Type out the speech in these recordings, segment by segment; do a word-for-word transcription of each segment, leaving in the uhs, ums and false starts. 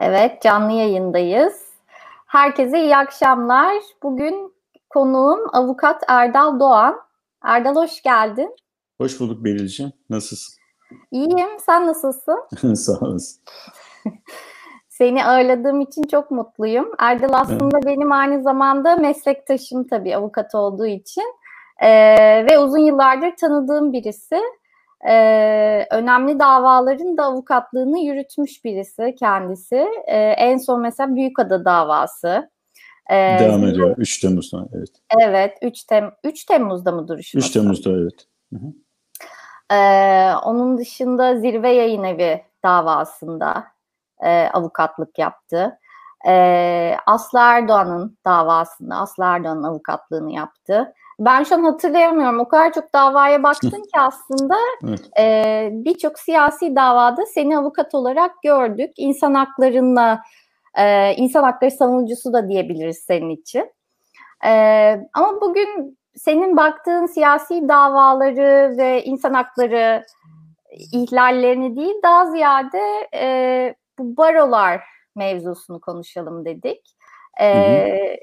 Evet, canlı yayındayız. Herkese iyi akşamlar. Bugün konuğum avukat Erdal Doğan. Erdal hoş geldin. Hoş bulduk Beril'ciğim. Nasılsın? İyiyim, sen nasılsın? Sağ olasın. Seni ağırladığım için çok mutluyum. Erdal Evet. aslında benim aynı zamanda meslektaşım tabii avukat olduğu için. Ee, ve uzun yıllardır tanıdığım birisi. Ee, önemli davaların da avukatlığını yürütmüş birisi kendisi. Ee, en son mesela Büyükada davası. Ee, Devam zirve, ediyor. üç Temmuz'dan. Evet. evet, üç, Tem üç Temmuz'da mı üç duruşması? Temmuz'da evet. Hı hı. Ee, onun dışında Zirve Yayın Evi davasında e, avukatlık yaptı. Ee, Aslı Erdoğan'ın davasında Aslı Erdoğan'ın avukatlığını yaptı. Ben şu an hatırlayamıyorum. O kadar çok davaya baktın ki aslında Evet. e, birçok siyasi davada seni avukat olarak gördük. İnsan haklarına, e, insan hakları savunucusu da diyebiliriz senin için. Ee, ama bugün senin baktığın siyasi davaları ve insan hakları ihlallerini değil, daha ziyade e, bu barolar mevzusunu konuşalım dedik. Hı hı. Ee,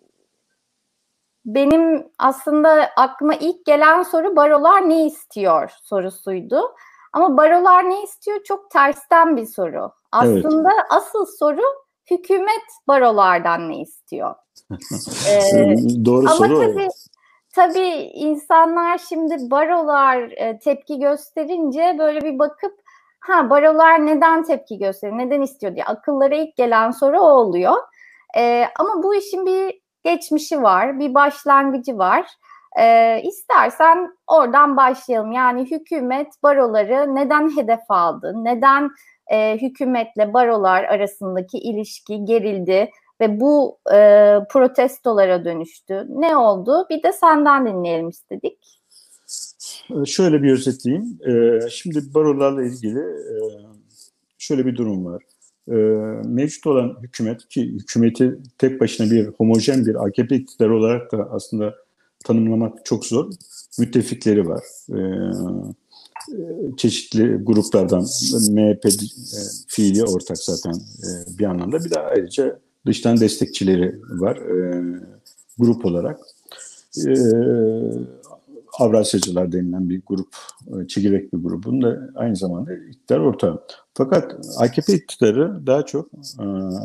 benim aslında aklıma ilk gelen soru barolar ne istiyor sorusuydu. Ama barolar ne istiyor çok tersten bir soru. Evet. Aslında asıl soru hükümet barolardan ne istiyor? Ee, Doğru ama soru o. tabii Tabii insanlar şimdi barolar e, tepki gösterince böyle bir bakıp ha barolar neden tepki gösteriyor, neden istiyor diye akıllara ilk gelen soru o oluyor. E, ama bu işin bir geçmişi var, bir başlangıcı var. E, istersen oradan başlayalım. Yani hükümet baroları neden hedef aldı, neden e, hükümetle barolar arasındaki ilişki gerildi? Ve bu e, protestolara dönüştü. Ne oldu? Bir de senden dinleyelim istedik. Şöyle bir özetleyeyim. Ee, Şimdi barolarla ilgili e, şöyle bir durum var. Ee, Mevcut olan hükümet ki hükümeti tek başına bir homojen bir A K P iktidarı olarak da aslında tanımlamak çok zor. Müttefikleri var. Ee, Çeşitli gruplardan M H P e, fiili ortak zaten e, bir anlamda. Bir de ayrıca dıştan destekçileri var e, grup olarak. E, Avrasyacılar denilen bir grup, e, çekirdek bir grubun da aynı zamanda iktidar ortağı. Fakat A K P iktidarı daha çok e,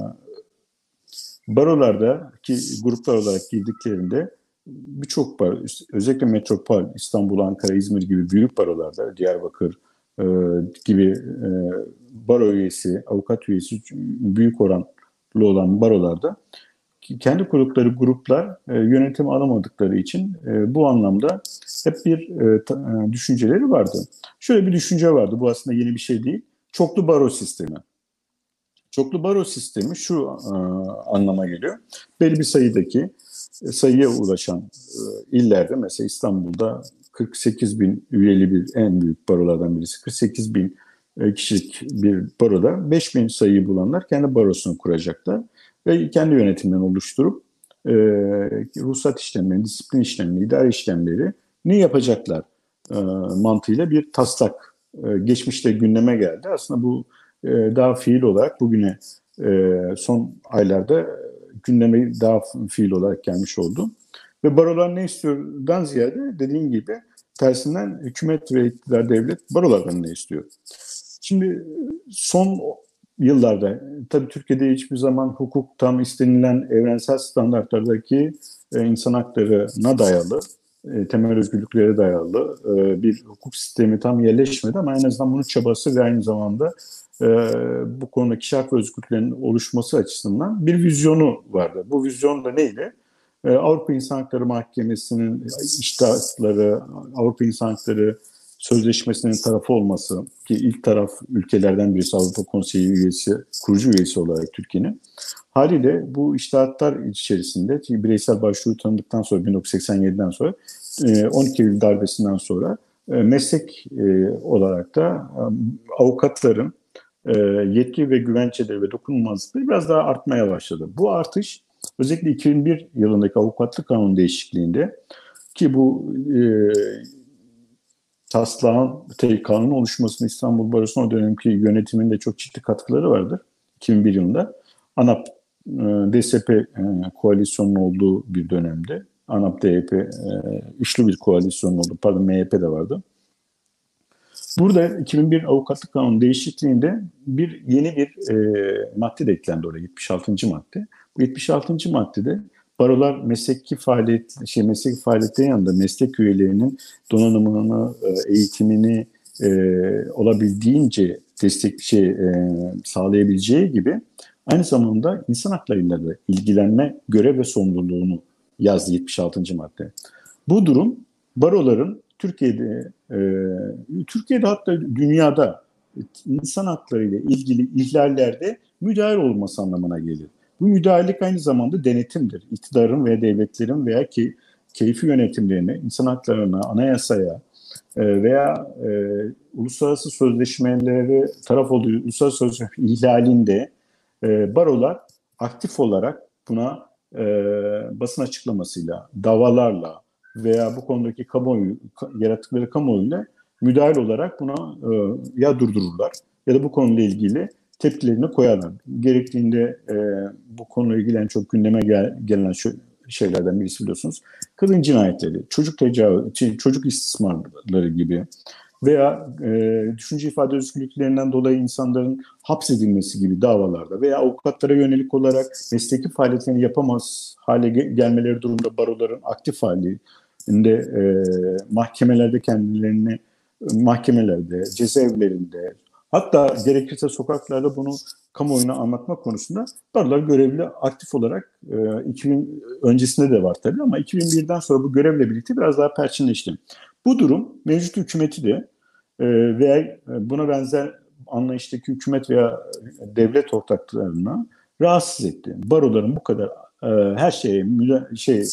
barolarda ki gruplar olarak girdiklerinde birçok baro, özellikle metropol, İstanbul, Ankara, İzmir gibi büyük barolarda, Diyarbakır e, gibi e, baro üyesi, avukat üyesi büyük oranlı olan barolarda kendi kurdukları gruplar e, yönetim alamadıkları için e, bu anlamda hep bir e, ta, e, düşünceleri vardı. Şöyle bir düşünce vardı, bu aslında yeni bir şey değil. Çoklu baro sistemi. Çoklu baro sistemi şu e, anlama geliyor. Belli bir sayıdaki e, sayıya ulaşan e, illerde mesela İstanbul'da kırk sekiz bin üyeli bir en büyük barolardan birisi. kırk sekiz bin e, kişilik bir baroda beş bin sayıyı bulanlar kendi barosunu kuracaklar ve kendi yönetimden oluşturup e, ruhsat işlemlerini, disiplin işlemleri, idare işlemleri ne yapacaklar e, mantığıyla bir taslak e, geçmişte gündeme geldi. Aslında bu e, daha fiil olarak bugüne e, son aylarda gündeme daha fiil olarak gelmiş oldu. Ve barolar ne istiyordan ziyade dediğim gibi tersinden hükümet ve iktidar devlet barolardan ne istiyor? Şimdi son yıllarda tabii Türkiye'de hiçbir zaman hukuk tam istenilen evrensel standartlardaki e, insan haklarına dayalı, e, temel özgürlüklere dayalı e, bir hukuk sistemi tam yerleşmedi ama en azından bunun çabası ve aynı zamanda e, bu konudaki şart ve özgürlüklerin oluşması açısından bir vizyonu vardı. Bu vizyon da neydi? E, Avrupa İnsan Hakları Mahkemesi'nin iştahatları, Avrupa İnsan Hakları Sözleşmesi'nin tarafı olması ki ilk taraf ülkelerden birisi Avrupa Konseyi üyesi, kurucu üyesi olarak Türkiye'nin. Haliyle bu iştahatlar içerisinde bireysel başvuru tanıdıktan sonra bin dokuz yüz seksen yediden sonra on iki Eylül darbesinden sonra meslek olarak da avukatların yetki ve güvenceleri ve dokunulmazlıkları biraz daha artmaya başladı. Bu artış özellikle iki bin bir yılındaki avukatlık kanunu değişikliğinde ki bu e, taslağın kanun oluşmasının İstanbul Barosu'nun o dönemki yönetiminde çok ciddi katkıları vardır. iki bin bir yılında ANAP e, D S P e, koalisyonun olduğu bir dönemde. ANAP D H P e, üçlü bir koalisyon oldu. Pardon, M H P de vardı. Burada iki bin bir avukatlık kanunu değişikliğinde bir yeni bir e, madde de eklendi oraya, yetmiş altıncı madde. Bu yetmiş altıncı maddede barolar mesleki faaliyet şey mesleki faaliyetlerin yanında meslek üyelerinin donanımını, e, eğitimini e, olabildiğince destek şey e, sağlayabileceği gibi aynı zamanda insan haklarıyla da ilgilenme görev ve sorumluluğunu yazdı yetmiş altıncı madde. Bu durum baroların Türkiye'de, e, Türkiye'de hatta dünyada insan hakları ile ilgili ihlallerde müdahale olması anlamına gelir. Bu müdahalelik aynı zamanda denetimdir. İktidarın veya devletlerin veya ki keyfi yönetimlerine, insan haklarına, anayasaya e, veya e, uluslararası sözleşmeleri taraf olduğu uluslararası sözleşme ihlalinde e, barolar aktif olarak buna e, basın açıklamasıyla, davalarla veya bu konudaki kamuoyu, yarattıkları kamuoyuyla müdahale olarak buna e, ya durdururlar ya da bu konuyla ilgili tepkilerini koyarlar. Gerektiğinde e, bu konuyla ilgili en çok gündeme gel, gelen şu şeylerden birisi biliyorsunuz. Kadın cinayetleri, çocuk tecavüz, çocuk istismarları gibi veya e, düşünce ifade özgürlüklerinden dolayı insanların hapsedilmesi gibi davalarda veya avukatlara yönelik olarak mesleki faaliyetlerini yapamaz hale gelmeleri durumunda baroların aktif halinde e, mahkemelerde kendilerini mahkemelerde, cezaevlerinde hatta gerekirse sokaklarda bunu kamuoyuna anlatmak konusunda barolar görevli aktif olarak e, iki bin öncesinde de var tabii ama iki bin birden sonra bu görevle birlikte biraz daha perçinleşti. Bu durum mevcut hükümeti de e, veya buna benzer anlayıştaki hükümet veya devlet ortaklarına rahatsız etti. Baroların bu kadar e, her şeye müla- şey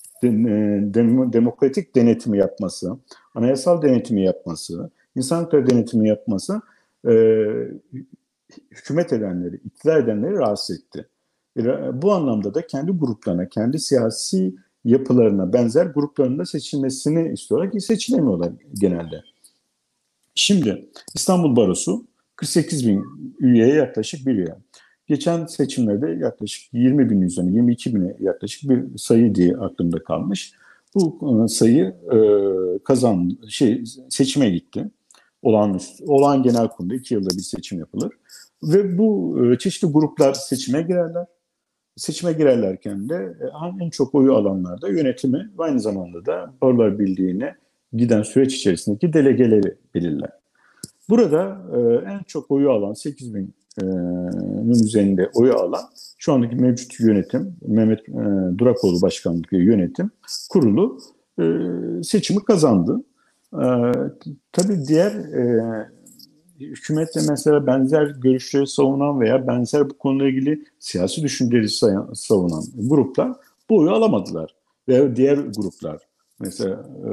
dem- demokratik denetimi yapması, anayasal denetimi yapması, insan hakları denetimi yapması e, hükümet edenleri, iktidar edenleri rahatsız etti. Bu anlamda da kendi gruplarına, kendi siyasi yapılarına benzer gruplarında seçilmesini istiyorlar ki seçilemiyorlar genelde. Şimdi İstanbul Barosu kırk sekiz bin üyeye yaklaşık bir üye. Geçen seçimlerde yaklaşık yirmi bin üzerine, yirmi iki bine yaklaşık bir sayı diye aklımda kalmış. Bu sayı e, kazan şey seçime gitti. Olağanüstü, olağan genel kurulda iki yılda bir seçim yapılır. Ve bu e, çeşitli gruplar seçime girerler. Seçime girerlerken de e, en çok oyu alanlarda yönetimi ve aynı zamanda da Barolar Birliği'ne giden süreç içerisindeki delegeleri belirler. Burada e, en çok oyu alan sekiz binin üzerinde oyu alan şu andaki mevcut yönetim, Mehmet e, Durakoğlu başkanlık yönetim kurulu e, seçimi kazandı. E, tabii diğer e, hükümetle mesela benzer görüşleri savunan veya benzer bu konuyla ilgili siyasi düşünceleri savunan gruplar bu oyu alamadılar. Ve diğer gruplar mesela e,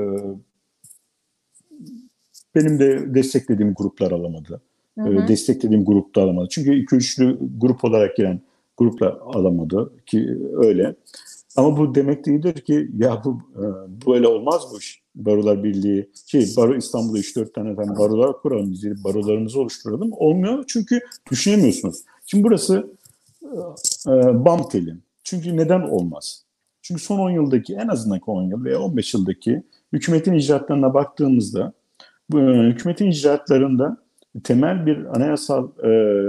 benim de desteklediğim gruplar alamadı. Hı hı. E, desteklediğim grupta alamadı. Çünkü iki üçlü grup olarak giren gruplar alamadı ki öyle. Ama bu demek değildir ki ya bu e, böyle olmaz bu iş. Barolar Birliği, şey Baro İstanbul'da üç dört tane tane barolar kuralım, biz barolarımızı oluşturalım. Olmuyor çünkü düşünemiyorsunuz. Şimdi burası e, bam teli. Çünkü neden olmaz? Çünkü son on yıldaki en azından on yıl veya on beş yıldaki hükümetin icraatlarına baktığımızda bu e, hükümetin icraatlarında temel bir anayasal e,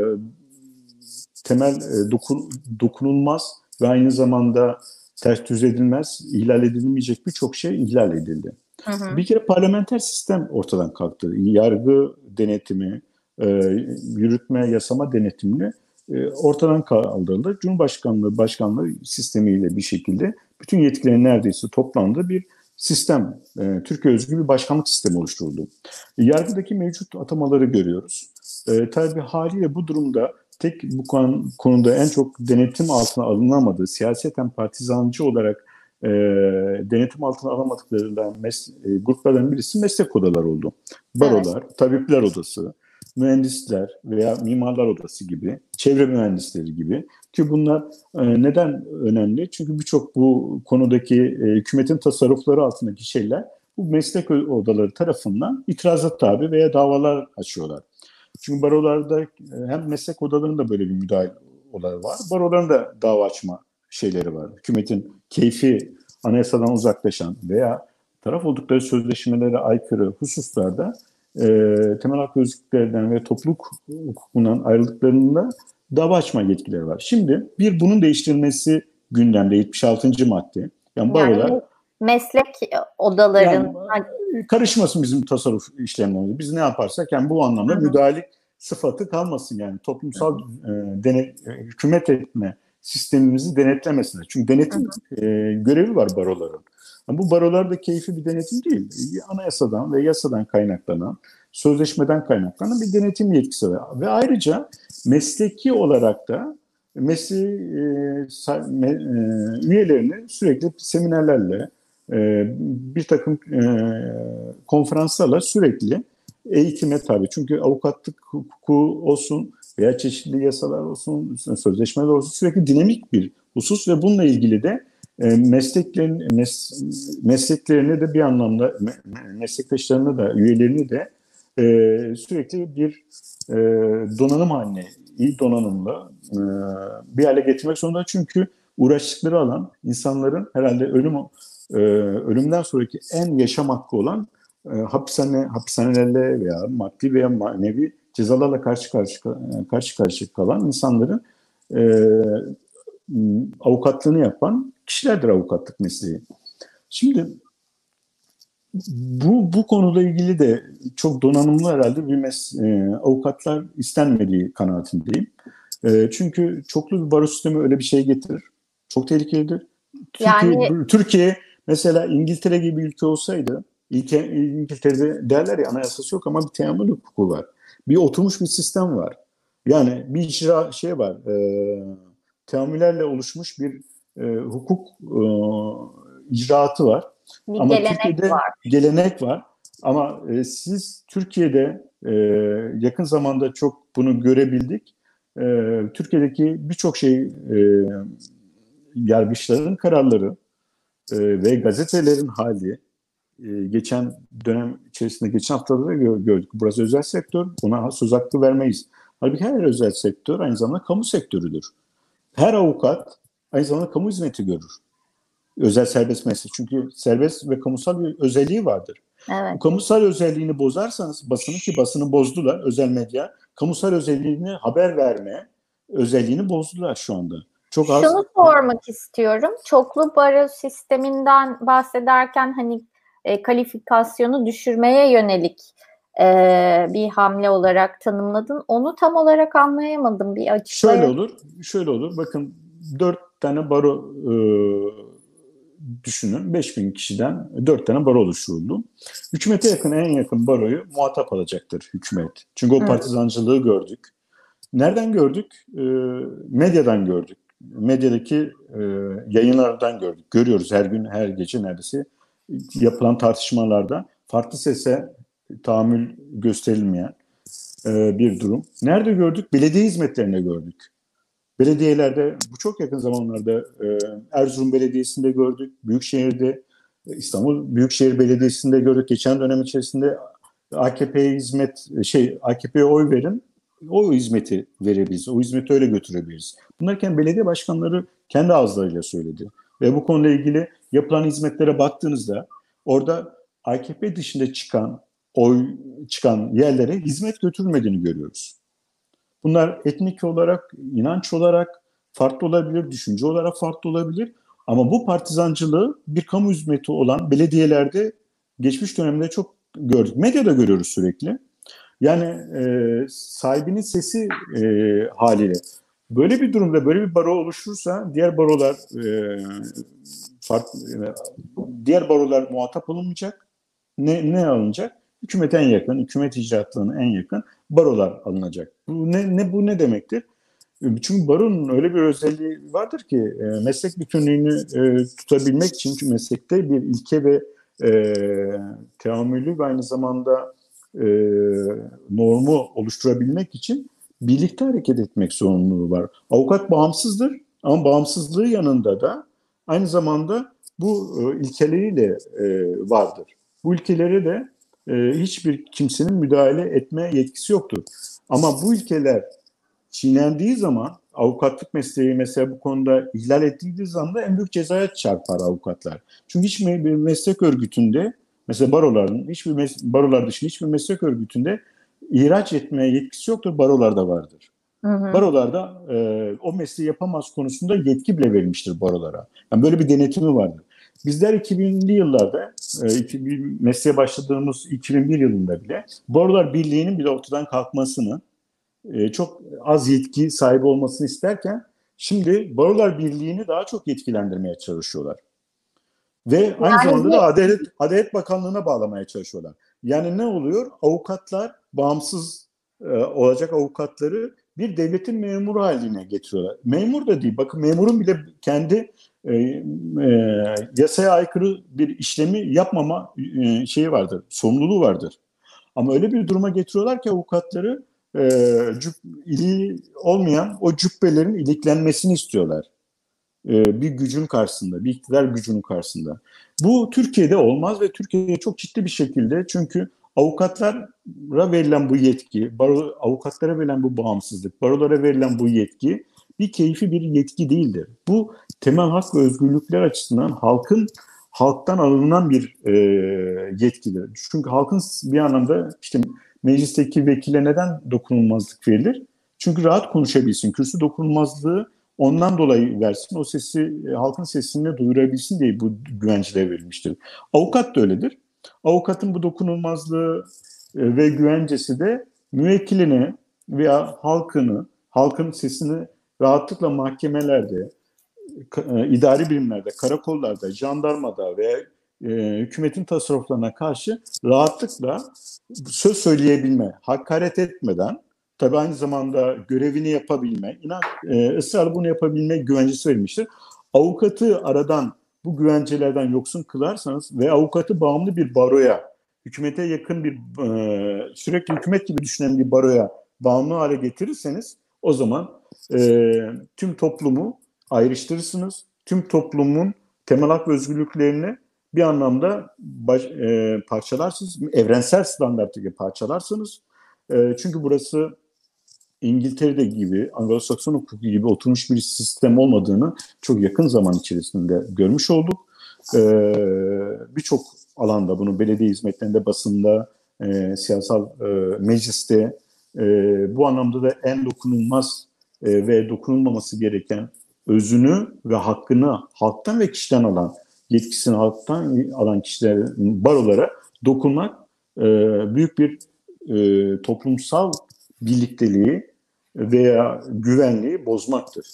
temel e, dokun, dokunulmaz ve aynı zamanda ters düz edilmez, ihlal edilmeyecek birçok şey ihlal edildi. Hı hı. Bir kere parlamenter sistem ortadan kalktı. Yargı denetimi, e, yürütme, yasama denetimini e, ortadan kaldırıldı. Cumhurbaşkanlığı başkanlığı sistemiyle bir şekilde bütün yetkilerin neredeyse toplandığı bir sistem, e, Türkiye özgü bir başkanlık sistemi oluşturuldu. Yargıdaki mevcut atamaları görüyoruz. E, tabii haliyle bu durumda tek bu konuda en çok denetim altına alınamadığı, siyaseten partizancı olarak e, denetim altına alamadıklarından mes- e, gruplardan birisi meslek odaları oldu. Barolar, evet. Tabipler odası, mühendisler veya mimarlar odası gibi, çevre mühendisleri gibi ki bunlar e, neden önemli? Çünkü birçok bu konudaki e, hükümetin tasarrufları altındaki şeyler bu meslek odaları tarafından itirazat tabi veya davalar açıyorlar. Çünkü barolarda hem meslek odalarında böyle bir müdahale olayı var. Baroların da dava açma şeyleri var. Hükümetin keyfi anayasadan uzaklaşan veya taraf oldukları sözleşmelere aykırı hususlarda e, temel hak özgürlüklerinden ve topluluk hukukundan ayrıldıklarında dava açma yetkileri var. Şimdi bir bunun değiştirilmesi gündemde yetmiş altıncı madde. Yani barolar Yani meslek odaların yani, karışmasın bizim tasarruf işlemlerimiz. Biz ne yaparsak yani bu anlamda müdahale sıfatı kalmasın yani toplumsal e, denet, e, hükümet etme sistemimizi denetlemesinler. Çünkü denetim e, görevi var baroların. Yani bu barolarda keyfi bir denetim değil. Anayasadan ve yasadan kaynaklanan, sözleşmeden kaynaklanan bir denetim yetkisi var. Ve ayrıca mesleki olarak da mesleği e, me, e, üyelerini sürekli seminerlerle, e, bir takım e, konferanslarla sürekli eğitime tabi. Çünkü avukatlık hukuku olsun veya çeşitli yasalar olsun, sözleşmeler olsun sürekli dinamik bir husus ve bununla ilgili de e, mesleklerin mes, mesleklerini de bir anlamda me, meslektaşlarını da üyelerini de e, sürekli bir e, donanım haline, iyi donanımla e, bir hale getirmek zorunda. Çünkü uğraştıkları alan insanların herhalde ölüm e, ölümden sonraki en yaşam hakkı olan e, hapishane hapishanelerle veya maddi veya manevi cezalarla karşı karşı karşı karşı kalan insanların e, avukatlığını yapan kişilerdir avukatlık mesleği. Şimdi bu bu konuda ilgili de çok donanımlı herhalde bir mes e, avukatlar istenmediği kanaatindeyim. E, çünkü çoklu bir baro sistemi öyle bir şey getirir. Çok tehlikelidir. yani Türkiye, Türkiye mesela İngiltere gibi bir ülke olsaydı, İlke, İngiltere'de derler ya anayasası yok ama bir teamül hukuku var. Bir oturmuş bir sistem var. Yani bir icra şey var. E, teamüllerle oluşmuş bir e, hukuk e, icraatı var. bir Ama gelenek Türkiye'de var. gelenek var. Ama e, siz Türkiye'de e, yakın zamanda çok bunu görebildik. E, Türkiye'deki birçok şey e, yargıçların kararları e, ve gazetelerin hali e, geçen dönem içerisinde geçen haftalarda gö- gördük. Burası özel sektör. Buna söz hakkı vermeyiz. Halbuki her özel sektör aynı zamanda kamu sektörüdür. Her avukat aynı zamanda kamu hizmeti görür. Özel serbest meslek. Çünkü serbest ve kamusal bir özelliği vardır. Evet. Bu kamusal özelliğini bozarsanız basını ki basını bozdular özel medya. Kamusal özelliğini haber verme özelliğini bozdular şu anda. Çok az. Şunu sormak istiyorum. Çoklu baro sisteminden bahsederken hani e, kalifikasyonu düşürmeye yönelik e, bir hamle olarak tanımladın. Onu tam olarak anlayamadım. Bir açıklayın. Şöyle olur. Şöyle olur. Bakın dört tane baro e, düşünün. beş bin kişiden dört tane baro oluşturuldu. Hükümete yakın en yakın baroyu muhatap alacaktır hükümet. Çünkü o Hı. partizancılığı gördük. Nereden gördük? E, medyadan gördük. Medyadaki e, yayınlardan gördük. Görüyoruz her gün, her gece neredeyse yapılan tartışmalarda farklı sese tahammül gösterilmeyen e, bir durum. Nerede gördük? Belediye hizmetlerinde gördük. Belediyelerde bu çok yakın zamanlarda e, Erzurum Belediyesi'nde gördük. Büyükşehir'de İstanbul Büyükşehir Belediyesi'nde gördük. Geçen dönem içerisinde A K P'ye hizmet şey A K P'ye oy verin. O hizmeti verebiliriz. O hizmeti öyle götürebiliriz. Bunlarken belediye başkanları kendi ağızlarıyla söyledi. Ve bu konuyla ilgili yapılan hizmetlere baktığınızda orada A K P dışında çıkan oy çıkan yerlere hizmet götürmediğini görüyoruz. Bunlar etnik olarak, inanç olarak farklı olabilir, düşünce olarak farklı olabilir. Ama bu partizancılığı bir kamu hizmeti olan belediyelerde geçmiş dönemde çok gördük. Medyada görüyoruz sürekli. Yani e, sahibinin sesi e, haliyle. Böyle bir durumda böyle bir baro oluşursa diğer barolar e, farklı, e, diğer barolar muhatap olunmayacak. Ne, ne alınacak? Hükümete en yakın, hükümet icraatlığına en yakın barolar alınacak. Bu ne, ne bu ne demektir? Çünkü baronun öyle bir özelliği vardır ki e, meslek bütünlüğünü e, tutabilmek için çünkü meslekte bir ilke ve e, teamülü ve aynı zamanda e, normu oluşturabilmek için birlikte hareket etmek zorunluluğu var. Avukat bağımsızdır ama bağımsızlığı yanında da aynı zamanda bu e, ilkeleriyle e, vardır. Bu ilkelere de e, hiçbir kimsenin müdahale etme yetkisi yoktur. Ama bu ilkeler çiğnendiği zaman avukatlık mesleği mesela bu konuda ihlal ettiği zaman da en büyük cezaya çarpar avukatlar. Çünkü hiçbir meslek örgütünde mesela baroların hiçbir mes- barolar dışında hiçbir meslek örgütünde ihraç etmeye yetkisi yoktur. Barolarda vardır. Hı hı. Barolarda e, o mesleği yapamaz konusunda yetki bile verilmiştir barolara. Yani böyle bir denetimi vardır. Bizler iki binli yıllarda, e, iki bin, mesleğe başladığımız iki bin bir yılında bile Barolar Birliği'nin bile ortadan kalkmasını, e, çok az yetki sahibi olmasını isterken şimdi Barolar Birliği'ni daha çok yetkilendirmeye çalışıyorlar. Ve aynı yani zamanda da Adalet, Adalet Bakanlığı'na bağlamaya çalışıyorlar. Yani ne oluyor? Avukatlar, bağımsız e, olacak avukatları bir devletin memuru haline getiriyorlar. Memur da değil. Bakın memurun bile kendi e, e, yasaya aykırı bir işlemi yapmama e, şeyi vardır, sorumluluğu vardır. Ama öyle bir duruma getiriyorlar ki avukatları e, cüb, iliği olmayan o cübbelerin iliklenmesini istiyorlar. E, bir gücün karşısında, bir iktidar gücünün karşısında. Bu Türkiye'de olmaz ve Türkiye'de çok ciddi bir şekilde çünkü avukatlara verilen bu yetki, baro, avukatlara verilen bu bağımsızlık, barolara verilen bu yetki bir keyfi bir yetki değildir. Bu temel hak ve özgürlükler açısından halkın halktan alınan bir e, yetkidir. Çünkü halkın bir anlamda işte meclisteki vekile neden dokunulmazlık verilir? Çünkü rahat konuşabilsin. Kürsü dokunulmazlığı ondan dolayı versin. O sesi, halkın sesini duyurabilsin diye bu güvenceler verilmiştir. Avukat da öyledir. Avukatın bu dokunulmazlığı e, ve güvencesi de müvekkiline veya halkını, halkın sesini rahatlıkla mahkemelerde, e, idari birimlerde, karakollarda, jandarmada ve e, hükümetin tasarruflarına karşı rahatlıkla söz söyleyebilme, hakaret etmeden, tabii aynı zamanda görevini yapabilme, inan, e, ısrarla bunu yapabilme güvencesi verilmiştir. Avukatı aradan bu güvencelerden yoksun kılarsanız ve avukatı bağımlı bir baroya, hükümete yakın bir, e, sürekli hükümet gibi düşünen bir baroya bağımlı hale getirirseniz o zaman e, tüm toplumu ayrıştırırsınız. Tüm toplumun temel hak ve özgürlüklerini bir anlamda baş, e, parçalarsınız. Evrensel standarttaki parçalarsınız. E, çünkü burası İngiltere'de gibi, Anglo-Sakson hukuku gibi oturmuş bir sistem olmadığını çok yakın zaman içerisinde görmüş olduk. E, Birçok alanda bunu belediye hizmetlerinde, basında, e, siyasal e, mecliste e, bu anlamda da en dokunulmaz e, ve dokunulmaması gereken özünü ve hakkını halktan ve kişiden alan, yetkisini halktan alan kişilerin barolara dokunmak e, büyük bir e, toplumsal birlikteliği veya güvenliği bozmaktır.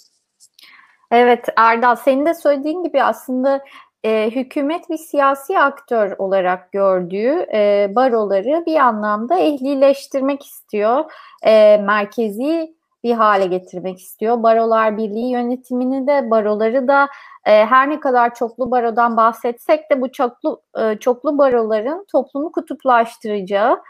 Evet Erdal, senin de söylediğin gibi aslında e, hükümet bir siyasi aktör olarak gördüğü e, baroları bir anlamda ehlileştirmek istiyor. E, merkezi bir hale getirmek istiyor. Barolar Birliği yönetimini de baroları da e, her ne kadar çoklu barodan bahsetsek de bu çoklu e, çoklu baroların toplumu kutuplaştıracağı,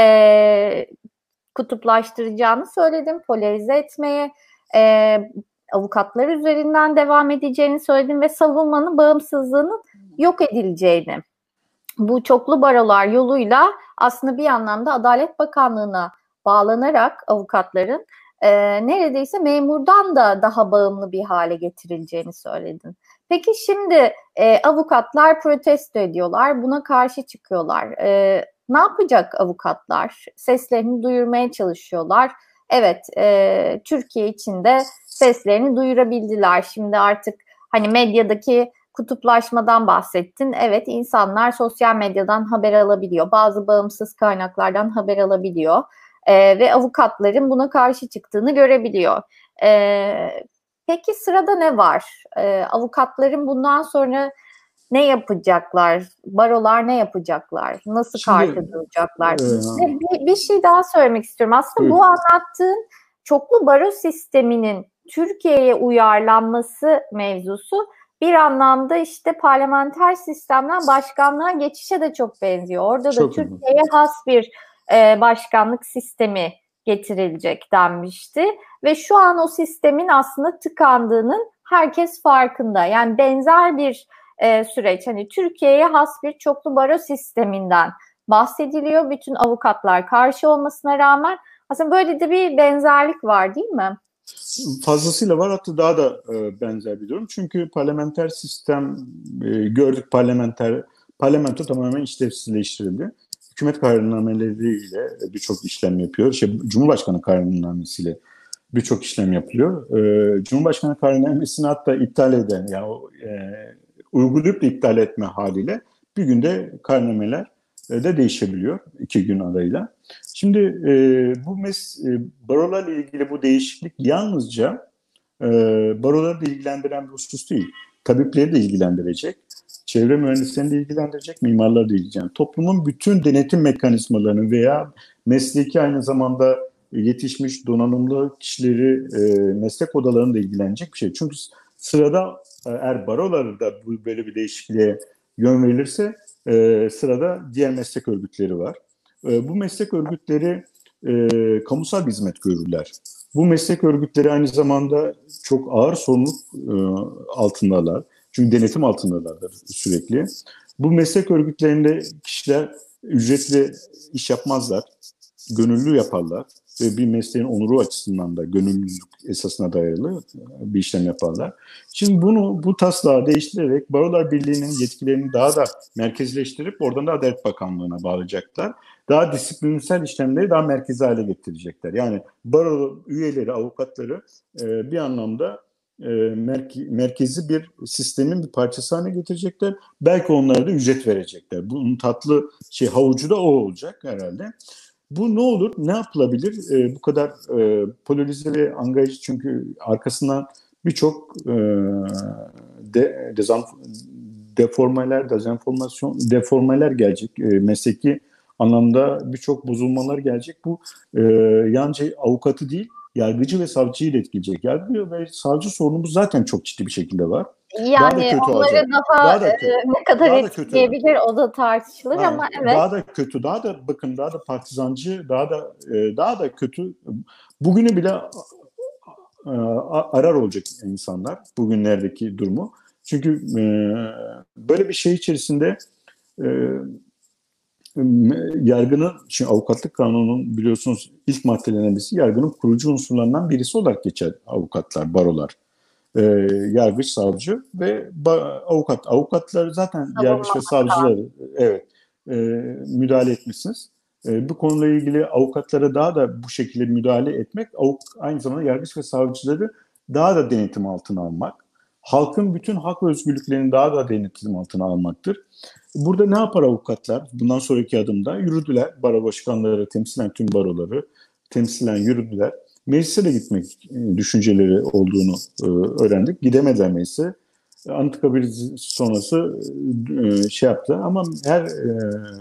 e, kutuplaştıracağını söyledim, polarize etmeye, e, avukatlar üzerinden devam edeceğini söyledim ve savunmanın bağımsızlığının yok edileceğini. Bu çoklu barolar yoluyla aslında bir anlamda Adalet Bakanlığı'na bağlanarak avukatların e, neredeyse memurdan da daha bağımlı bir hale getirileceğini söyledin. Peki şimdi e, avukatlar protesto ediyorlar, buna karşı çıkıyorlar. E, ne yapacak avukatlar? Seslerini duyurmaya çalışıyorlar. Evet, e, Türkiye içinde seslerini duyurabildiler. Şimdi artık hani medyadaki kutuplaşmadan bahsettin. Evet, insanlar sosyal medyadan haber alabiliyor. Bazı bağımsız kaynaklardan haber alabiliyor. E, ve avukatların buna karşı çıktığını görebiliyor. E, peki sırada ne var? E, avukatların bundan sonra ne yapacaklar? Barolar ne yapacaklar? Nasıl karşı duracaklar? E, bir, bir şey daha söylemek istiyorum. Aslında buyur. Bu anlattığın çoklu baro sisteminin Türkiye'ye uyarlanması mevzusu bir anlamda işte parlamenter sistemden başkanlığa geçişe de çok benziyor. Orada çok da Türkiye'ye has bir e, başkanlık sistemi getirilecek denmişti. Ve şu an o sistemin aslında tıkandığının herkes farkında. Yani benzer bir e, süreç. Hani Türkiye'ye has bir çoklu baro sisteminden bahsediliyor. Bütün avukatlar karşı olmasına rağmen Aslında böyle de bir benzerlik var değil mi? Fazlasıyla var, hatta daha da e, benzer bir durum. Çünkü parlamenter sistem e, gördük, parlamenter parlamento tamamen işlevsizleştirildi. Hükümet kararnameleriyle birçok işlem yapıyor. Şey, Cumhurbaşkanı kararnamesiyle birçok işlem yapılıyor. E, Cumhurbaşkanı kararnamesini hatta iptal eden, yani o, e, uygulayıp da iptal etme haliyle bir günde kararnameler e, de değişebiliyor iki gün arayla. Şimdi e, bu mes e, barolarla ilgili bu değişiklik yalnızca e, baroları da ilgilendiren bir husus değil. Tabipleri de ilgilendirecek, çevre mühendislerini de ilgilendirecek, mimarları da ilgilendirecek. Yani toplumun bütün denetim mekanizmalarını veya mesleki aynı zamanda yetişmiş donanımlı kişileri, e, meslek odalarını da ilgilenecek bir şey. Çünkü sırada e, eğer baroları da bu, böyle bir değişikliğe yön verilirse e, sırada diğer meslek örgütleri var. E, bu meslek örgütleri e, kamusal bir hizmet görürler. Bu meslek örgütleri aynı zamanda çok ağır sorumluluk e, altındalar. Çünkü denetim altındalardır sürekli. Bu meslek örgütlerinde kişiler ücretli iş yapmazlar, gönüllü yaparlar ve bir mesleğin onuru açısından da gönüllülük esasına dayalı bir işlem yaparlar. Şimdi bunu bu taslağı değiştirerek Barolar Birliği'nin yetkilerini daha da merkezleştirip oradan da Adalet Bakanlığı'na bağlayacaklar. Daha disiplinsel işlemleri daha merkezi hale getirecekler. Yani baro üyeleri, avukatları e, bir anlamda e, merke, merkezi bir sistemin bir parçası haline getirecekler. Belki onlara da ücret verecekler. Bunun tatlı şey havucu da o olacak herhalde. Bu ne olur, ne yapılabilir? E, bu kadar e, polarize ve angajı, çünkü arkasından birçok e, de, dezan, deformeler, dezenformasyon, deformeler gelecek. E, mesleki anlamda birçok bozulmalar gelecek. Bu e, yalnızca avukatı değil, yargıcı ve savcıyı da etkileyecek. Yargı ve savcı sorunumuz zaten çok ciddi bir şekilde var. Yani Daha da kötü onları olacak. daha, Daha da e, kötü. ne kadar Daha da kötü. etkileyebilir o da tartışılır Ha, ama evet. daha da kötü, daha da bakın daha da partizancı, daha da e, daha da kötü. Bugünü bile e, arar olacak insanlar bugünlerdeki durumu. Çünkü e, böyle bir şey içerisinde e, yargının, şimdi avukatlık kanununun biliyorsunuz ilk maddelerinden birisi yargının kurucu unsurlarından birisi olarak geçer avukatlar, barolar. E, yargıç, savcı ve ba- avukat. Avukatlar zaten Savunma yargıç ve savcıları, evet, e, müdahale etmişsiniz. E, bu konuyla ilgili avukatlara daha da bu şekilde müdahale etmek, avuk, aynı zamanda yargıç ve savcıları daha da denetim altına almak. Halkın bütün hak ve özgürlüklerini daha da denetim altına almaktır. Burada ne yapar avukatlar? Bundan sonraki adımda yürüdüler. Baro başkanları, temsilen tüm baroları temsilen yürüdüler. Meclise de gitmek e, düşünceleri olduğunu e, öğrendik. Gidemediler meclise. Anıtkabir sonrası e, şey yaptı ama her e,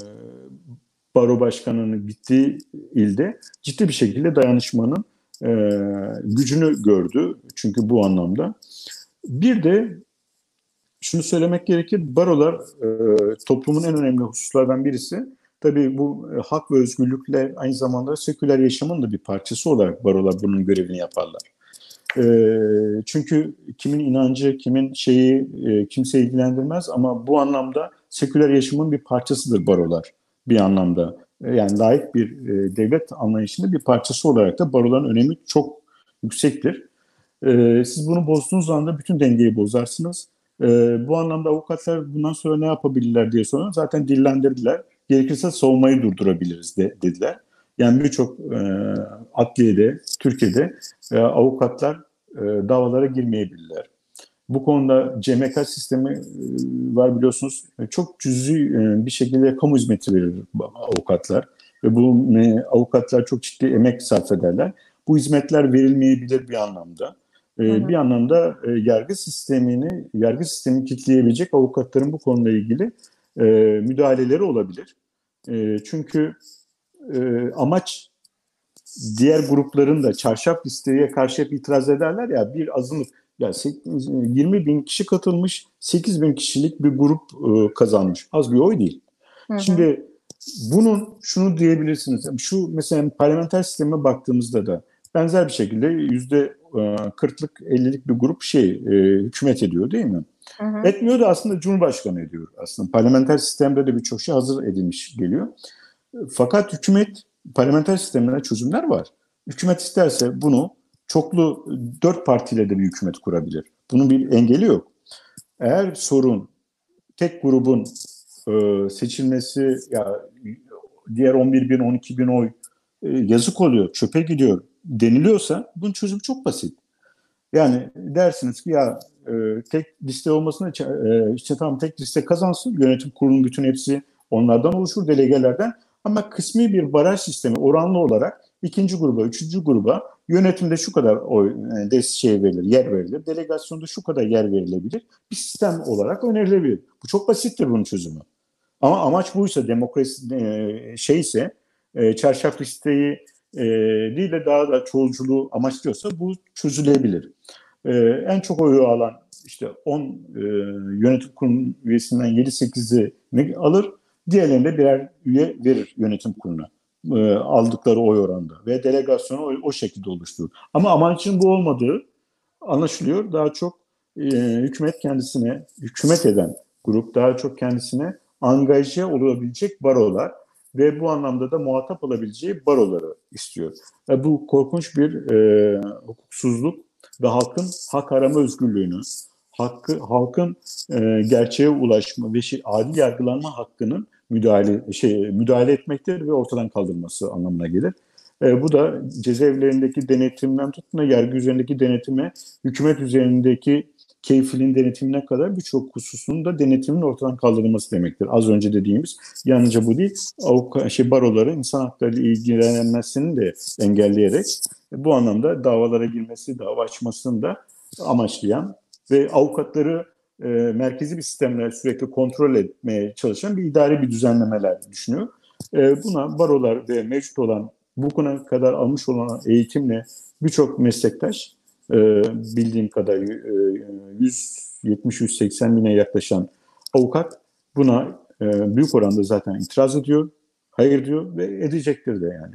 baro başkanının gittiği ilde ciddi bir şekilde dayanışmanın e, gücünü gördü. Çünkü bu anlamda. Bir de şunu söylemek gerekir, barolar e, toplumun en önemli hususlardan birisi. Tabii bu e, hak ve özgürlükler aynı zamanda seküler yaşamın da bir parçası olarak barolar bunun görevini yaparlar. E, çünkü kimin inancı, kimin şeyi e, kimse ilgilendirmez ama bu anlamda seküler yaşamın bir parçasıdır barolar bir anlamda. E, yani layık bir e, devlet anlayışında bir parçası olarak da baroların önemi çok yüksektir. E, siz bunu bozduğunuz anda bütün dengeyi bozarsınız. E, bu anlamda avukatlar bundan sonra ne yapabilirler diye sonra zaten dillendirdiler. Gerekirse savunmayı durdurabiliriz de, dediler. Yani birçok e, adliyede, Türkiye'de e, avukatlar e, davalara girmeyebilirler. Bu konuda C M K sistemi e, var biliyorsunuz. E, çok cüzi e, bir şekilde kamu hizmeti verir avukatlar. Ve bu e, avukatlar çok ciddi emek sarf ederler. Bu hizmetler verilmeyebilir bir anlamda. E, hı hı. Bir anlamda e, yargı sistemini, yargı sistemini kitleyebilecek avukatların bu konuyla ilgili e, müdahaleleri olabilir. E, çünkü e, amaç diğer grupların da çarşaf listeye karşı hep itiraz ederler ya, bir azınlık. Ya yirmi bin kişi katılmış, sekiz bin kişilik bir grup e, kazanmış. Az bir oy değil. Hı hı. Şimdi bunun şunu diyebilirsiniz. Şu mesela parlamenter sisteme baktığımızda da benzer bir şekilde yüzde kırklık ellilik bir grup şey e, hükümet ediyor değil mi? Hı hı. Etmiyor da aslında Cumhurbaşkanı ediyor aslında. Parlamenter sistemde de birçok şey hazır edilmiş geliyor. Fakat hükümet parlamenter sistemine çözümler var. Hükümet isterse bunu çoklu dört partiyle de bir hükümet kurabilir. Bunun bir engeli yok. Eğer sorun tek grubun e, seçilmesi, ya diğer on bir bin on iki bin oy e, yazık oluyor, çöpe gidiyor deniliyorsa bunun çözümü çok basit. Yani dersiniz ki ya e, tek liste olmasına e, işte tamam tek liste kazansın, yönetim kurulunun bütün hepsi onlardan oluşur, delegelerden, ama kısmi bir baraj sistemi oranlı olarak ikinci gruba, üçüncü gruba yönetimde şu kadar oy e, şey verilir, yer verilir, delegasyonda şu kadar yer verilebilir, bir sistem olarak önerilebilir. Bu çok basittir bunun çözümü. Ama amaç buysa, demokrasi e, şeyse, e, çarşaf listeyi e, değil de daha da çoğulculuğu amaçlıyorsa bu çözülebilir. E, en çok oyu alan işte on e, yönetim kurulu üyesinden yedi sekizini alır, diğerlerinde birer üye verir yönetim kuruluna. E, aldıkları oy oranında ve delegasyonu o, o şekilde oluşturur. Ama amacın bu olmadığı anlaşılıyor. Daha çok e, hükümet kendisine, hükümet eden grup daha çok kendisine angaje olabilecek barolar ve bu anlamda da muhatap olabileceği baroları istiyor. Ve bu korkunç bir e, hukuksuzluk ve halkın hak arama özgürlüğünü, hakkı, halkın e, gerçeğe ulaşma ve şey, adil yargılanma hakkının müdahale şey müdahale etmektir ve ortadan kaldırması anlamına gelir. E, bu da cezaevlerindeki denetimden tutun da yargı üzerindeki denetime, hükümet üzerindeki keyfiliğin denetimine kadar birçok hususun da denetimin ortadan kaldırılması demektir. Az önce dediğimiz yalnızca bu değil, avukat, şey, baroları insan hakları ile ilgilenmesini de engelleyerek bu anlamda davalara girmesi, dava açmasını da amaçlayan ve avukatları e, merkezi bir sistemle sürekli kontrol etmeye çalışan bir idari bir düzenlemeler düşünüyor. E, buna barolar ve mevcut olan bugüne kadar almış olan eğitimle birçok meslektaş, e, bildiğim kadar e, yüz yetmiş yüz seksen bine yaklaşan avukat buna e, büyük oranda zaten itiraz ediyor, hayır diyor ve edecektir de yani.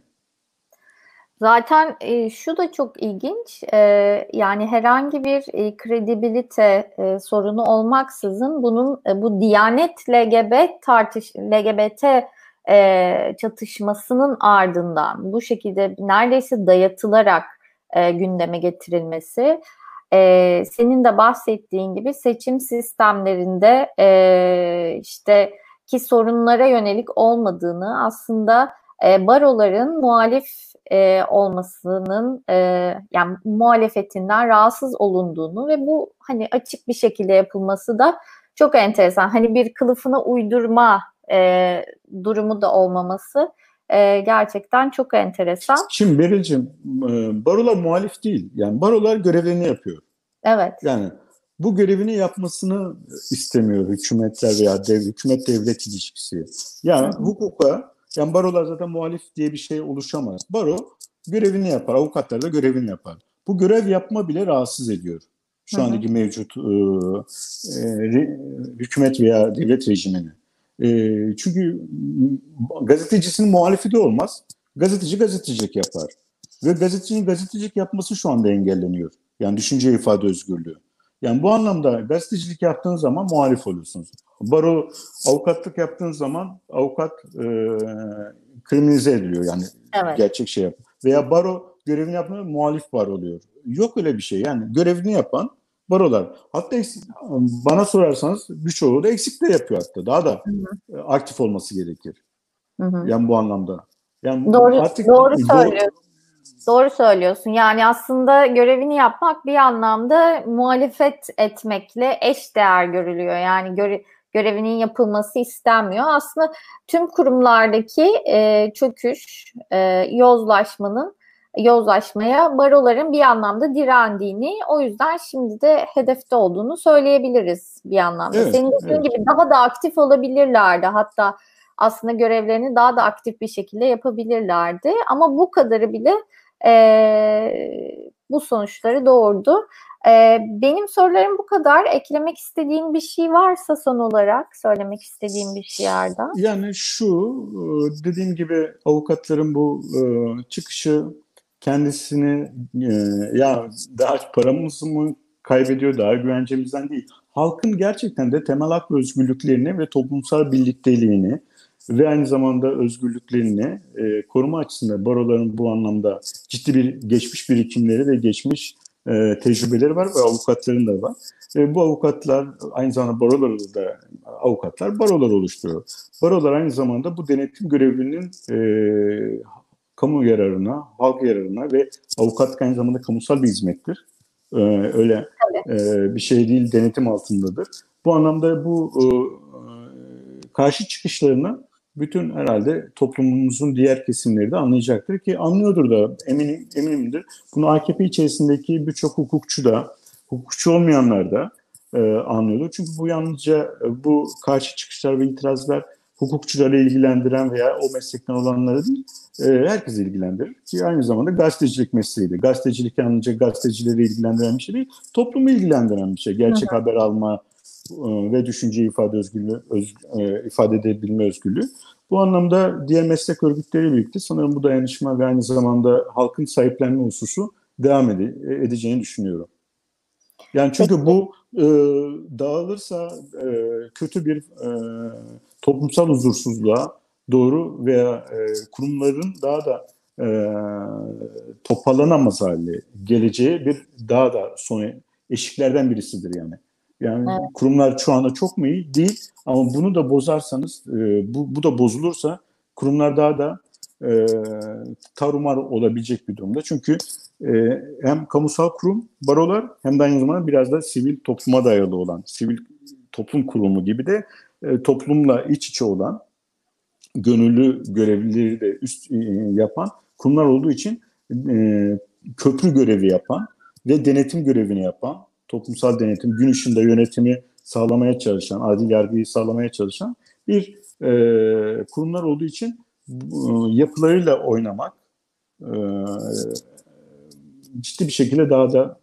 Zaten e, şu da çok ilginç, e, yani herhangi bir e, kredibilite e, sorunu olmaksızın bunun e, bu Diyanet L G B tartış L G B T e, çatışmasının ardından bu şekilde neredeyse dayatılarak e, gündeme getirilmesi, e, senin de bahsettiğin gibi seçim sistemlerinde e, işte ki sorunlara yönelik olmadığını, aslında e, baroların muhalif e, olmasının e, yani muhalefetinden rahatsız olunduğunu ve bu hani açık bir şekilde yapılması da çok enteresan. Hani bir kılıfına uydurma e, durumu da olmaması e, gerçekten çok enteresan. Şimdi Beril'cim, e, barolar muhalif değil. Yani barolar görevlerini yapıyor. Evet. Yani bu görevini yapmasını istemiyor hükümetler veya dev, hükümet-devlet ilişkisi. Yani Hı-hı. hukuka, yani barolar zaten muhalif diye bir şey oluşamaz. Baro görevini yapar, avukatlar da görevini yapar. Bu görev yapma bile rahatsız ediyor. Şu Hı-hı. andaki mevcut e, e, hükümet veya devlet rejimini. E, çünkü gazetecisinin muhalifi de olmaz. Gazeteci gazetecilik yapar. Ve gazetecinin gazetecilik yapması şu anda engelleniyor. Yani düşünce ifade özgürlüğü. Yani bu anlamda gazetecilik yaptığınız zaman muhalif oluyorsunuz. Baro avukatlık yaptığınız zaman avukat e, kriminalize ediliyor, yani evet. Gerçek şey yapıyor. Veya baro görevini yapmıyor, muhalif baro oluyor. Yok öyle bir şey. Yani görevini yapan barolar. Hatta bana sorarsanız birçoğu da eksik de yapıyor hatta. Daha da hı hı. aktif olması gerekir. Hı hı. Yani bu anlamda. Yani doğru, artık doğru söylüyorsun. Doğru söylüyorsun. Yani aslında görevini yapmak bir anlamda muhalefet etmekle eş değer görülüyor. Yani göre, görevinin yapılması istenmiyor. Aslında tüm kurumlardaki e, çöküş, e, yozlaşmanın, yozlaşmaya baroların bir anlamda direndiğini, o yüzden şimdi de hedefte olduğunu söyleyebiliriz bir anlamda. Evet, Senin dediğin evet. gibi daha da aktif olabilirlerdi. Hatta aslında görevlerini daha da aktif bir şekilde yapabilirlerdi. Ama bu kadarı bile e, bu sonuçları doğurdu. E, benim sorularım bu kadar. Eklemek istediğin bir şey varsa son olarak söylemek istediğim bir şey Arda. Yani şu, dediğim gibi avukatların bu e, çıkışı kendisini e, ya daha paramızı mı kaybediyor, daha güvencemizden değil. Halkın gerçekten de temel hak ve özgürlüklerini ve toplumsal birlikteliğini ve aynı zamanda özgürlüklerini e, koruma açısından baroların bu anlamda ciddi bir geçmiş birikimleri ve geçmiş e, tecrübeleri var ve avukatların da var. E, bu avukatlar aynı zamanda baroları da avukatlar barolar oluşturuyor. Barolar aynı zamanda bu denetim görevlinin e, kamu yararına, halk yararına ve avukatlık aynı zamanda kamusal bir hizmettir. Ee, öyle e, bir şey değil, denetim altındadır. Bu anlamda bu e, karşı çıkışlarını bütün herhalde toplumumuzun diğer kesimleri de anlayacaktır ki anlıyordur da eminim, eminimdir. Bunu A K P içerisindeki birçok hukukçu da, hukukçu olmayanlar da e, anlıyordur. Çünkü bu yalnızca e, bu karşı çıkışlar ve itirazlar hukukçuları ilgilendiren veya o meslekten olanları değil, e, herkesi ilgilendirir. Ki aynı zamanda gazetecilik mesleğidir. Gazetecilik yalnızca gazetecileri ilgilendiren bir şey değil, toplumu ilgilendiren bir şey. Gerçek hı hı. haber alma e, ve düşünce ifade özgürlüğü, öz, e, ifade edebilme özgürlüğü. Bu anlamda diğer meslek örgütleriyle birlikte sanırım bu dayanışma ve aynı zamanda halkın sahiplenme hususu devam ede- edeceğini düşünüyorum. Yani çünkü Peki. bu e, dağılırsa e, kötü bir e, toplumsal huzursuzluğa doğru veya e, kurumların daha da e, toparlanamaz hale geleceği bir daha da son eşiklerden birisidir yani. Yani evet. kurumlar şu anda çok mu iyi? Değil. Ama bunu da bozarsanız, e, bu, bu da bozulursa kurumlar daha da e, tarumar olabilecek bir durumda. Çünkü e, hem kamusal kurum, barolar hem de aynı zamanda biraz da sivil topluma dayalı olan, sivil toplum kurumu gibi de e, toplumla iç içe olan, gönüllü görevlileri de üst e, yapan kurumlar olduğu için e, köprü görevi yapan ve denetim görevini yapan, toplumsal denetim, gün ışığında yönetimi sağlamaya çalışan, adil yargıyı sağlamaya çalışan bir e, kurumlar olduğu için e, yapılarıyla oynamak e, ciddi bir şekilde daha da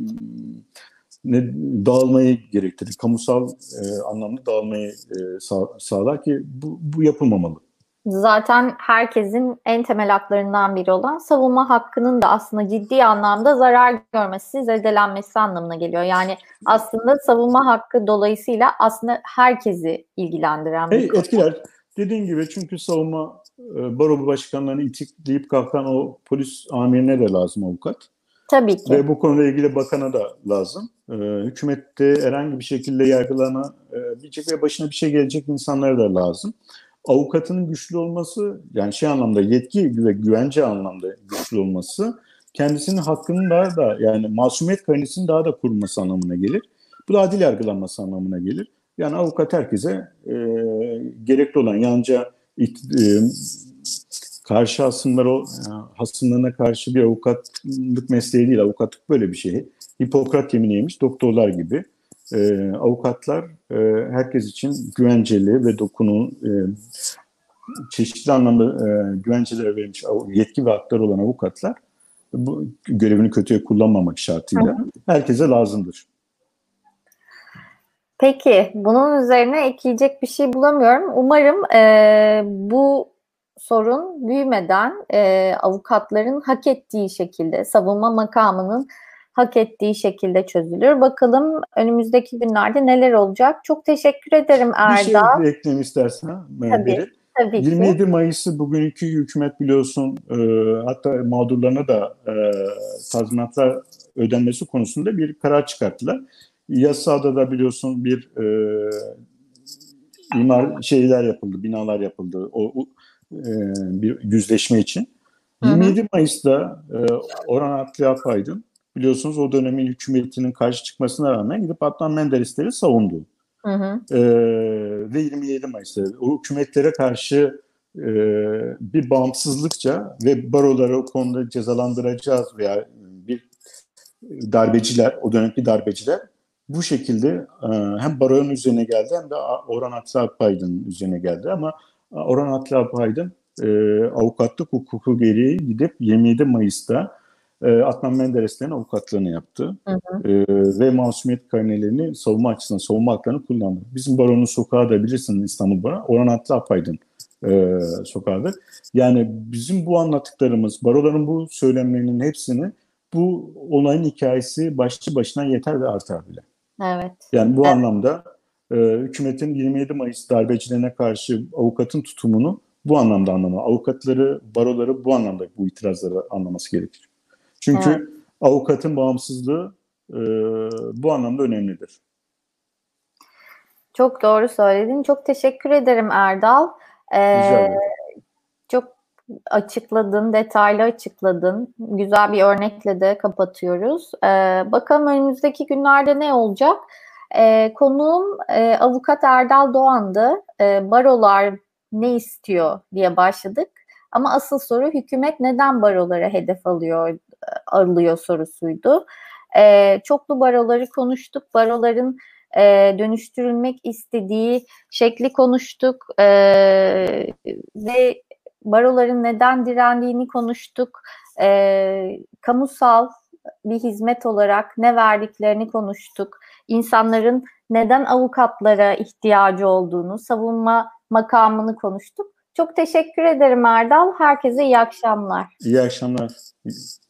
ne, dağılmayı gerektirir. Kamusal e, anlamda dağılmayı e, sağ, sağlar ki bu, bu yapılmamalı. Zaten herkesin en temel haklarından biri olan savunma hakkının da aslında ciddi anlamda zarar görmesi, zedelenmesi anlamına geliyor. Yani aslında savunma hakkı dolayısıyla aslında herkesi ilgilendiren bir hey, konu. Etkiler. Dediğin gibi çünkü savunma e, baro başkanlarını itikleyip kalkan o polis amirine de lazım avukat. Tabii ki. Ve bu konuyla ilgili bakana da lazım. Ee, hükümette herhangi bir şekilde yargılanabilecek ve başına bir şey gelecek insanlara da lazım. Avukatın güçlü olması, yani şey anlamda yetki ve güvence anlamda güçlü olması, kendisinin hakkının daha da yani masumiyet karinesinin daha da korunması anlamına gelir. Bu da adil yargılanması anlamına gelir. Yani avukat herkese e, gerekli olan yalnızca e, karşı hasımlar o hasımlarına karşı bir avukatlık mesleği değil. Avukatlık böyle bir şey. Hipokrat yemini yemiş doktorlar gibi. E, avukatlar e, herkes için güvenceli ve dokunu e, çeşitli anlamda e, güvencelere verilmiş yetki ve hakları olan avukatlar bu görevini kötüye kullanmamak şartıyla hı hı. herkese lazımdır. Peki, bunun üzerine ekleyecek bir şey bulamıyorum. Umarım e, bu sorun büyümeden e, avukatların hak ettiği şekilde, savunma makamının hak ettiği şekilde çözülür. Bakalım önümüzdeki günlerde neler olacak. Çok teşekkür ederim Erdal. Bir şey ekleyeyim istersen. Tabii, tabii ki. yirmi yedi Mayıs'ı bugünkü hükümet biliyorsun e, hatta mağdurlarına da e, tazminatlar ödenmesi konusunda bir karar çıkarttılar. Yasada da biliyorsun bir e, imar şeyler yapıldı, binalar yapıldı. O, o e, bir yüzleşme için. Hı hı. yirmi yedi Mayıs'ta e, Orhan Atli Alpaydın biliyorsunuz o dönemin hükümetinin karşı çıkmasına rağmen gidip Adnan Menderesleri savundu. Hı hı. E, ve yirmi yedi Mayıs'ta o hükümetlere karşı e, bir bağımsızlıkça ve baroları o konuda cezalandıracağız veya bir darbeciler, o dönemki darbeciler bu şekilde e, hem baronun üzerine geldi hem de Orhan Atli Alpaydın'ın üzerine geldi ama Orhan Atli Alpaydın e, avukatlık hukuku gereği gidip yirmi yedi Mayıs'ta e, Adnan Menderes'lerin avukatlığını yaptı. Hı hı. E, ve masumiyet karnelerini savunma açısından savunma haklarını kullandı. Bizim baronun sokağı da bilirsiniz İstanbul Barosu Orhan Atli Alpaydın e, sokağıdır. Yani bizim bu anlattıklarımız, baroların bu söylemlerinin hepsini bu olayın hikayesi başlı başına yeter ve artar bile. Evet. Yani bu evet. anlamda e, hükümetin yirmi yedi Mayıs darbecilerine karşı avukatın tutumunu bu anlamda anlama. Avukatları, baroları bu anlamda bu itirazları anlaması gerekir. Çünkü evet, avukatın bağımsızlığı e, bu anlamda önemlidir. Çok doğru söyledin. Çok teşekkür ederim Erdal. Ee, çok açıkladın, detaylı açıkladın. Güzel bir örnekle de kapatıyoruz. Ee, bakalım önümüzdeki günlerde ne olacak? Ee, konuğum e, Avukat Erdal Doğan'dı. Ee, barolar ne istiyor diye başladık. Ama asıl soru hükümet neden barolara hedef alıyor, alıyor sorusuydu. Ee, çoklu baroları konuştuk. Baroların e, dönüştürülmek istediği şekli konuştuk. E, ve baroların neden direndiğini konuştuk. E, kamusal bir hizmet olarak ne verdiklerini konuştuk. İnsanların neden avukatlara ihtiyacı olduğunu, savunma makamını konuştuk. Çok teşekkür ederim Erdal. Herkese iyi akşamlar. İyi akşamlar.